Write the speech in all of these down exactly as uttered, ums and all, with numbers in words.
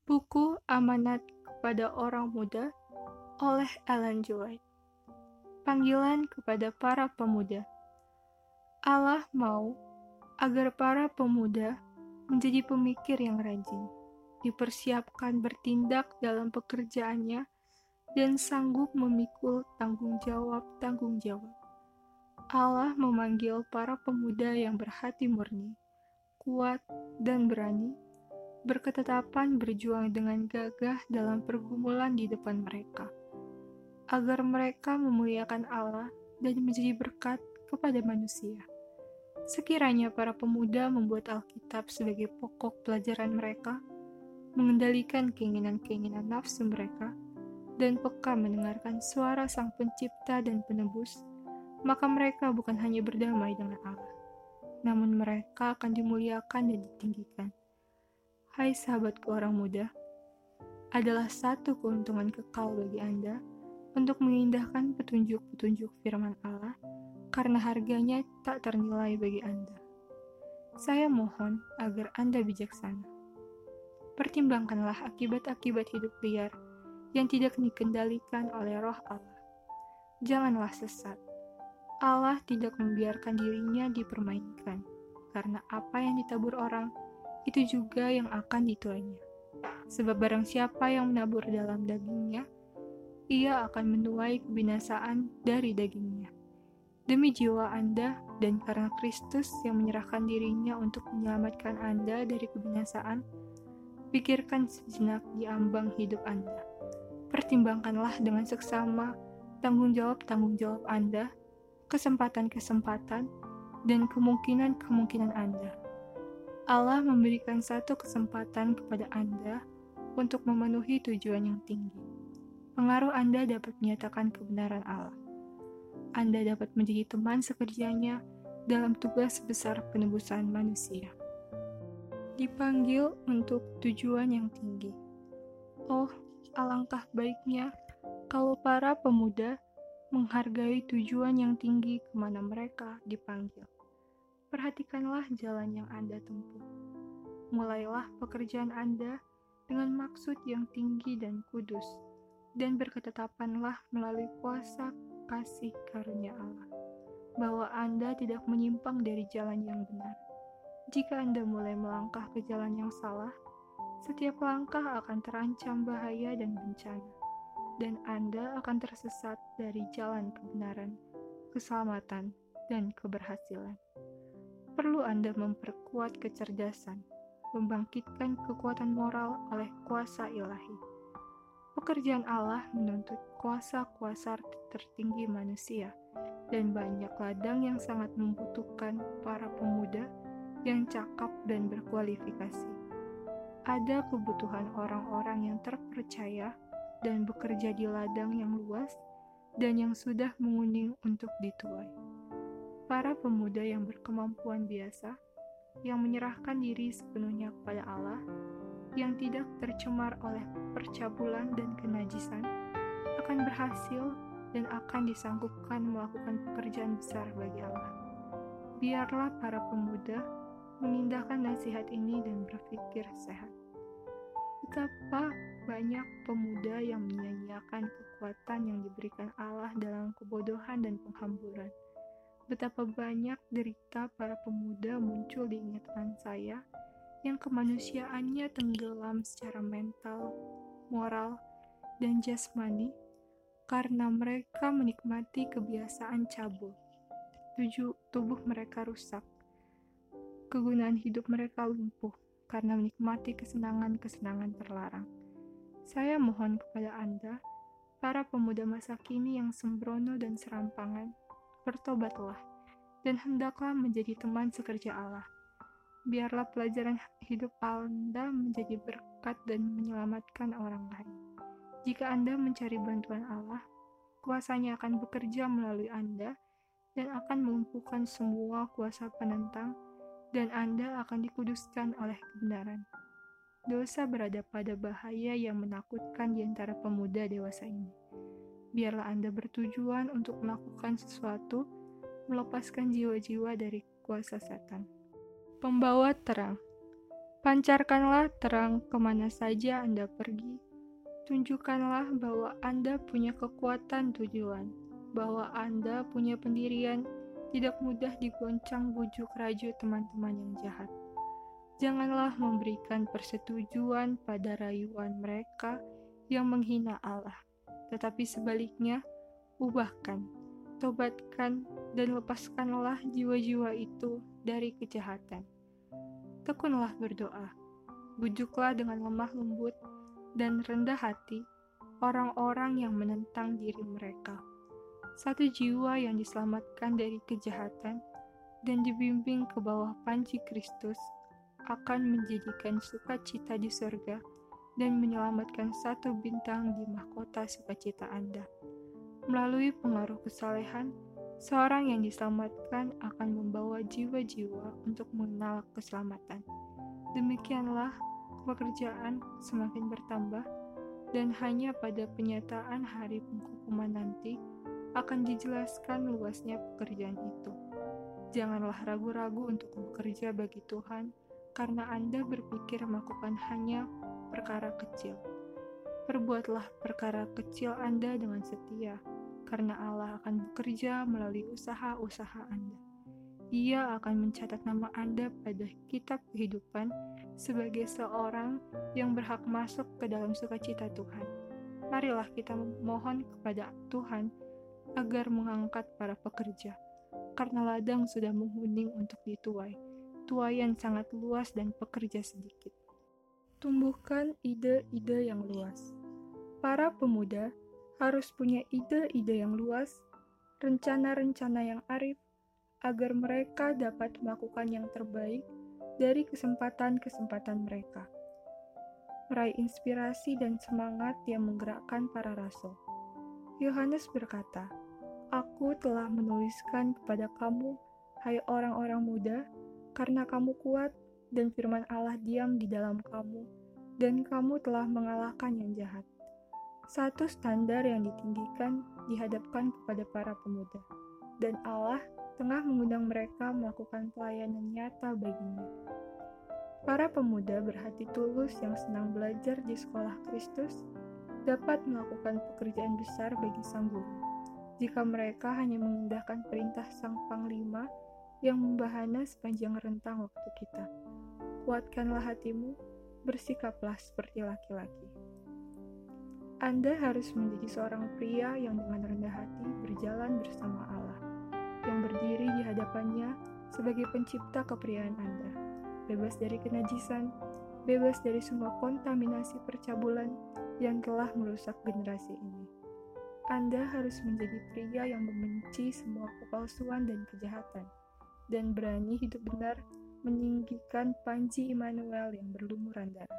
Buku Amanat kepada Orang Muda oleh Ellen G. White. Panggilan kepada para pemuda. Allah mau agar para pemuda menjadi pemikir yang rajin, dipersiapkan bertindak dalam pekerjaannya, dan sanggup memikul tanggung jawab-tanggung jawab. Allah memanggil para pemuda yang berhati murni, kuat, dan berani, berketetapan berjuang dengan gagah dalam pergumulan di depan mereka, agar mereka memuliakan Allah dan menjadi berkat kepada manusia. Sekiranya para pemuda membuat Alkitab sebagai pokok pelajaran mereka, mengendalikan keinginan-keinginan nafsu mereka, dan peka mendengarkan suara Sang Pencipta dan Penebus, maka mereka bukan hanya berdamai dengan Allah, namun mereka akan dimuliakan dan ditinggikan. Hai sahabatku orang muda, adalah satu keuntungan kekal bagi Anda untuk mengindahkan petunjuk-petunjuk firman Allah, karena harganya tak ternilai bagi Anda. Saya mohon agar Anda bijaksana. Pertimbangkanlah akibat-akibat hidup liar yang tidak dikendalikan oleh roh Allah. Janganlah sesat. Allah tidak membiarkan dirinya dipermainkan, karena apa yang ditabur orang, itu juga yang akan dituainya. Sebab barang siapa yang menabur dalam dagingnya, ia akan menuai kebinasaan dari dagingnya. Demi jiwa Anda dan karena Kristus yang menyerahkan dirinya untuk menyelamatkan Anda dari kebinasaan, pikirkan sejenak di ambang hidup Anda. Pertimbangkanlah dengan seksama tanggung jawab-tanggung jawab Anda, kesempatan-kesempatan, dan kemungkinan-kemungkinan Anda. Allah memberikan satu kesempatan kepada Anda untuk memenuhi tujuan yang tinggi. Pengaruh Anda dapat menyatakan kebenaran Allah. Anda dapat menjadi teman sekerjanya dalam tugas besar penebusan manusia. Dipanggil untuk tujuan yang tinggi. Oh, alangkah baiknya kalau para pemuda menghargai tujuan yang tinggi kemana mereka dipanggil. Perhatikanlah jalan yang Anda tempuh. Mulailah pekerjaan Anda dengan maksud yang tinggi dan kudus, dan berketetapanlah melalui kuasa kasih karunia Allah, bahwa Anda tidak menyimpang dari jalan yang benar. Jika Anda mulai melangkah ke jalan yang salah, setiap langkah akan terancam bahaya dan bencana, dan Anda akan tersesat dari jalan kebenaran, keselamatan, dan keberhasilan. Perlu Anda memperkuat kecerdasan, membangkitkan kekuatan moral oleh kuasa ilahi. Pekerjaan Allah menuntut kuasa-kuasa tertinggi manusia, dan banyak ladang yang sangat membutuhkan para pemuda yang cakap dan berkualifikasi. Ada kebutuhan orang-orang yang terpercaya dan bekerja di ladang yang luas dan yang sudah menguning untuk dituai. Para pemuda yang berkemampuan biasa, yang menyerahkan diri sepenuhnya kepada Allah, yang tidak tercemar oleh percabulan dan kenajisan, akan berhasil dan akan disanggupkan melakukan pekerjaan besar bagi Allah. Biarlah para pemuda mengindahkan nasihat ini dan berpikir sehat. Betapa banyak pemuda yang menyia-nyiakan kekuatan yang diberikan Allah dalam kebodohan dan penghamburan. Betapa banyak derita para pemuda muncul di ingatan saya yang kemanusiaannya tenggelam secara mental, moral, dan jasmani karena mereka menikmati kebiasaan cabul. Tujuh, tubuh mereka rusak. Kegunaan hidup mereka lumpuh karena menikmati kesenangan-kesenangan terlarang. Saya mohon kepada Anda, para pemuda masa kini yang sembrono dan serampangan, bertobatlah, dan hendaklah menjadi teman sekerja Allah. Biarlah pelajaran hidup Anda menjadi berkat dan menyelamatkan orang lain. Jika Anda mencari bantuan Allah, kuasanya akan bekerja melalui Anda dan akan melumpuhkan semua kuasa penentang, dan Anda akan dikuduskan oleh kebenaran. Dosa berada pada bahaya yang menakutkan di antara pemuda dewasa ini. Biarlah Anda bertujuan untuk melakukan sesuatu, melepaskan jiwa-jiwa dari kuasa setan. Pembawa terang. Pancarkanlah terang kemana saja Anda pergi. Tunjukkanlah bahwa Anda punya kekuatan tujuan, bahwa Anda punya pendirian, tidak mudah digoncang bujuk rayu teman-teman yang jahat. Janganlah memberikan persetujuan pada rayuan mereka yang menghina Allah, tetapi sebaliknya, ubahkan, tobatkan, dan lepaskanlah jiwa-jiwa itu dari kejahatan. Tekunlah berdoa, bujuklah dengan lemah lembut dan rendah hati orang-orang yang menentang diri mereka. Satu jiwa yang diselamatkan dari kejahatan dan dibimbing ke bawah panji Kristus akan menjadikan sukacita di surga dan menyelamatkan satu bintang di mahkota sukacita Anda. Melalui pengaruh kesalehan, seorang yang diselamatkan akan membawa jiwa-jiwa untuk mengenal keselamatan. Demikianlah pekerjaan semakin bertambah, dan hanya pada penyataan hari penghukuman nanti akan dijelaskan luasnya pekerjaan itu. Janganlah ragu-ragu untuk bekerja bagi Tuhan, karena Anda berpikir melakukan hanya perkara kecil. Perbuatlah perkara kecil Anda dengan setia, karena Allah akan bekerja melalui usaha-usaha Anda. Ia akan mencatat nama Anda pada kitab kehidupan sebagai seorang yang berhak masuk ke dalam sukacita Tuhan. Marilah kita memohon kepada Tuhan agar mengangkat para pekerja, karena ladang sudah menguning untuk dituai, tuaian sangat luas dan pekerja sedikit. Tumbuhkan ide-ide yang luas. Para pemuda harus punya ide-ide yang luas, rencana-rencana yang arif, agar mereka dapat melakukan yang terbaik dari kesempatan-kesempatan mereka. Meraih inspirasi dan semangat yang menggerakkan para rasul. Yohanes berkata, "Aku telah menuliskan kepada kamu, hai orang-orang muda, karena kamu kuat dan firman Allah diam di dalam kamu, dan kamu telah mengalahkan yang jahat." Satu standar yang ditinggikan dihadapkan kepada para pemuda, dan Allah tengah mengundang mereka melakukan pelayanan nyata baginya. Para pemuda berhati tulus yang senang belajar di sekolah Kristus dapat melakukan pekerjaan besar bagi Sang Guru, jika mereka hanya mengindahkan perintah Sang Panglima yang membahana sepanjang rentang waktu kita. Kuatkanlah hatimu, bersikaplah seperti laki-laki. Anda harus menjadi seorang pria yang dengan rendah hati berjalan bersama Allah, yang berdiri di hadapannya sebagai pencipta kepriaan Anda, bebas dari kenajisan, bebas dari semua kontaminasi percabulan yang telah merusak generasi ini. Anda harus menjadi pria yang membenci semua kepalsuan dan kejahatan, dan berani hidup benar meninggikan panji Immanuel yang berlumuran darah.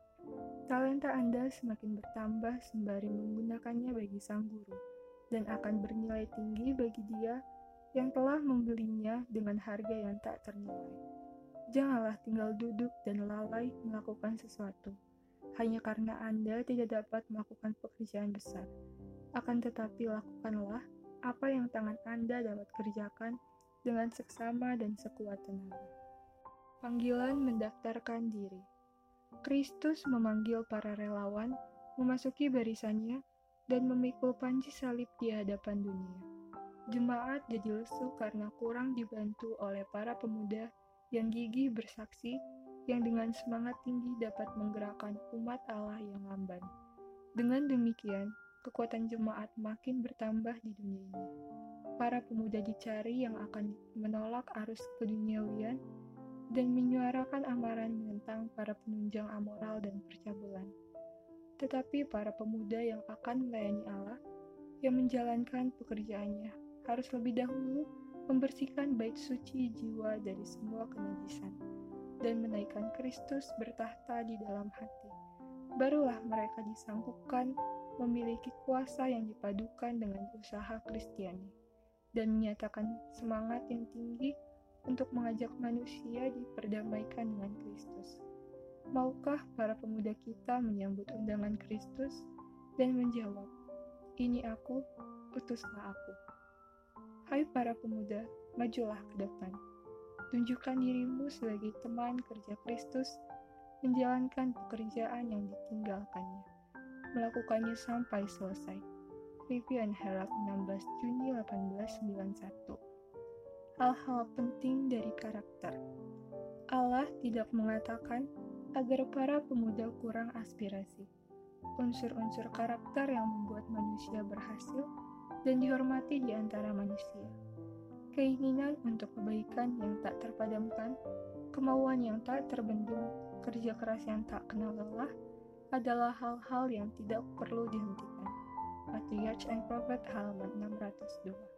Talenta Anda semakin bertambah sembari menggunakannya bagi Sang Guru, dan akan bernilai tinggi bagi Dia yang telah membelinya dengan harga yang tak ternilai. Janganlah tinggal duduk dan lalai melakukan sesuatu, hanya karena Anda tidak dapat melakukan pekerjaan besar. Akan tetapi lakukanlah apa yang tangan Anda dapat kerjakan dengan seksama dan sekuat tenaga. Panggilan mendaftarkan diri. Kristus memanggil para relawan memasuki barisannya dan memikul panji salib di hadapan dunia. Jemaat jadi lesu karena kurang dibantu oleh para pemuda yang gigih bersaksi, yang dengan semangat tinggi dapat menggerakkan umat Allah yang lamban. Dengan demikian, kekuatan jemaat makin bertambah di dunia ini. Para pemuda dicari yang akan menolak arus keduniawian dan menyuarakan amaran menentang para penunjang amoral dan percabulan. Tetapi para pemuda yang akan melayani Allah, yang menjalankan pekerjaannya, harus lebih dahulu membersihkan bait suci jiwa dari semua kenajisan, dan menaikkan Kristus bertahta di dalam hati. Barulah mereka disanggupkan memiliki kuasa yang dipadukan dengan usaha Kristiani, dan menyatakan semangat yang tinggi untuk mengajak manusia diperdamaikan dengan Kristus. Maukah para pemuda kita menyambut undangan Kristus dan menjawab, "Ini aku, utuslah aku." Hai para pemuda, majulah ke depan. Tunjukkan dirimu sebagai teman kerja Kristus menjalankan pekerjaan yang ditinggalkannya, melakukannya sampai selesai. Review and Herald enam belas Juni seribu delapan ratus sembilan puluh satu. Hal-hal penting dari karakter. Allah tidak mengatakan agar para pemuda kurang aspirasi. Unsur-unsur karakter yang membuat manusia berhasil dan dihormati di antara manusia. Keinginan untuk kebaikan yang tak terpadamkan, kemauan yang tak terbendung, kerja keras yang tak kenal lelah, adalah hal-hal yang tidak perlu dihentikan. Patriarch and Prophet halaman enam ratus dua.